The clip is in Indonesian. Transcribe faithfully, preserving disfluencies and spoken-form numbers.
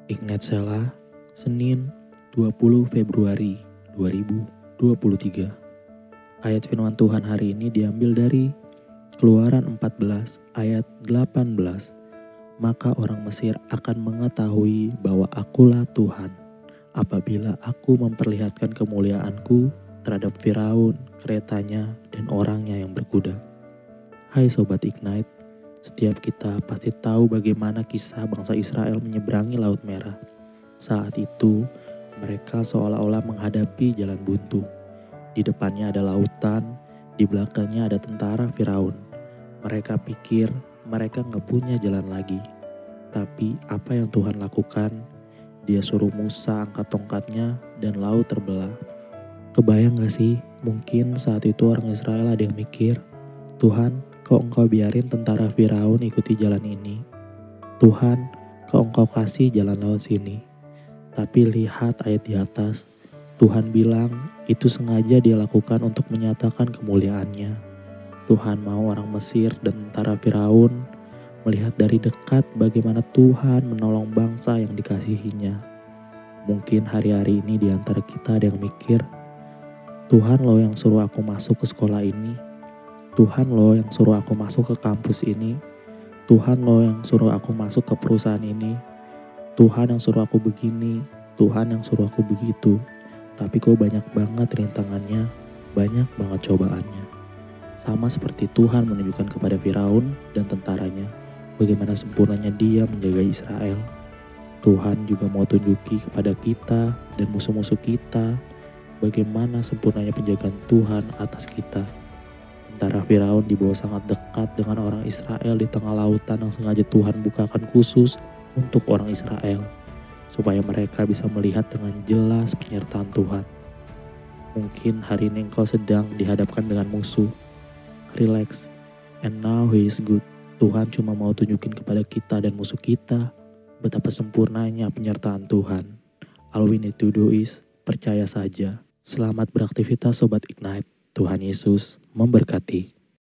Ignite Sela, Senin dua puluh Februari dua ribu dua puluh tiga. Ayat firman Tuhan hari ini diambil dari Keluaran empat belas ayat delapan belas. Maka orang Mesir akan mengetahui bahwa akulah Tuhan apabila aku memperlihatkan kemuliaanku terhadap Firaun, keretanya, dan orangnya yang berkuda. Hai Sobat Ignite, setiap kita pasti tahu bagaimana kisah bangsa Israel menyeberangi Laut Merah. Saat itu, mereka seolah-olah menghadapi jalan buntu. Di depannya ada lautan, di belakangnya ada tentara Firaun. Mereka pikir mereka gak punya jalan lagi. Tapi apa yang Tuhan lakukan? Dia suruh Musa angkat tongkatnya dan laut terbelah. Kebayang gak sih? Mungkin saat itu orang Israel ada yang mikir, Tuhan, kok engkau biarin tentara Firaun ikuti jalan ini? Tuhan, kok engkau kasih jalan lewat sini? Tapi lihat ayat di atas, Tuhan bilang itu sengaja dia lakukan untuk menyatakan kemuliaannya. Tuhan mau orang Mesir dan tentara Firaun melihat dari dekat bagaimana Tuhan menolong bangsa yang dikasihinya. Mungkin hari-hari ini di antara kita ada yang mikir, Tuhan loh yang suruh aku masuk ke sekolah ini. Tuhan loh yang suruh aku masuk ke kampus ini. Tuhan loh yang suruh aku masuk ke perusahaan ini. Tuhan yang suruh aku begini. Tuhan yang suruh aku begitu. Tapi kok banyak banget rintangannya, banyak banget cobaannya. Sama seperti Tuhan menunjukkan kepada Firaun dan tentaranya bagaimana sempurnanya dia menjaga Israel. Tuhan juga mau tunjuki kepada kita dan musuh-musuh kita bagaimana sempurnanya penjagaan Tuhan atas kita. Tentara Firaun dibawa sangat dekat dengan orang Israel di tengah lautan yang sengaja Tuhan bukakan khusus untuk orang Israel, supaya mereka bisa melihat dengan jelas penyertaan Tuhan. Mungkin hari ini engkau sedang dihadapkan dengan musuh. Relax, and now he is good. Tuhan cuma mau tunjukin kepada kita dan musuh kita betapa sempurnanya penyertaan Tuhan. All we need to do is percaya saja. Selamat beraktivitas Sobat Ignite. Tuhan Yesus memberkati.